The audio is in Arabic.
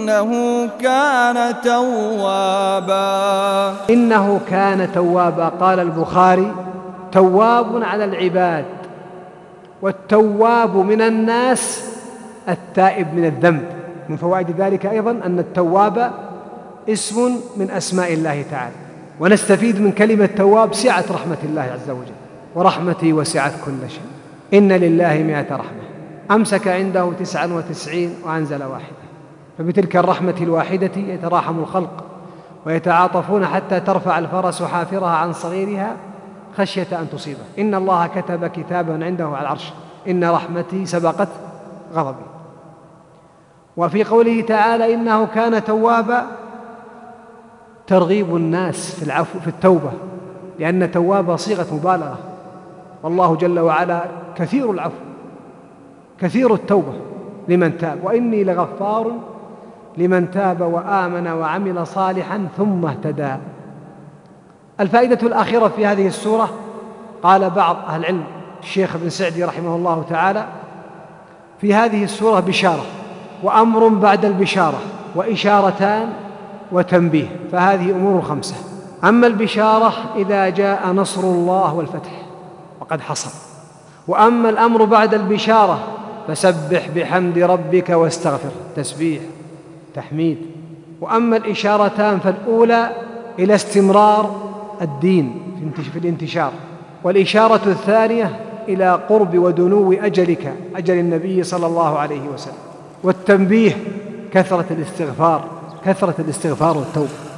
إنه كان توابا. إنه كان توابا. قال البخاري: تواب على العباد، والتواب من الناس التائب من الذنب. من فوائد ذلك أيضا أن التواب اسم من أسماء الله تعالى. ونستفيد من كلمة تواب سعة رحمة الله عز وجل: ورحمتي وسعت كل شيء. إن لله 100 رحمة، أمسك عنده 99 وأنزل واحدة، فبتلك الرحمة الواحدة يتراحم الخلق ويتعاطفون حتى ترفع الفرس حافرها عن صغيرها خشية أن تصيبه. إن الله كتب كتابا عنده على العرش: إن رحمتي سبقت غضبي. وفي قوله تعالى: إنه كان توابا، ترغيب الناس في العفو في التوبة، لأن توابا صيغة مبالغة، والله جل وعلا كثير العفو كثير التوبة لمن تاب، وإني لغفار لمن تاب وآمن وعمل صالحا ثم اهتدى. الفائدة الأخيرة في هذه السورة، قال بعض أهل العلم الشيخ ابن سعدي رحمه الله تعالى: في هذه السورة بشارة وأمر بعد البشارة وإشارتان وتنبيه، فهذه أمور 5. أما البشارة إذا جاء نصر الله والفتح وقد حصل، وأما الأمر بعد البشارة فسبح بحمد ربك واستغفر، تسبيح تحميد. وأما الإشارتان فالأولى إلى استمرار الدين في الانتشار، والإشارة الثانية إلى قرب ودنو أجلك، أجل النبي صلى الله عليه وسلم. والتنبيه كثرة الاستغفار والتوبة.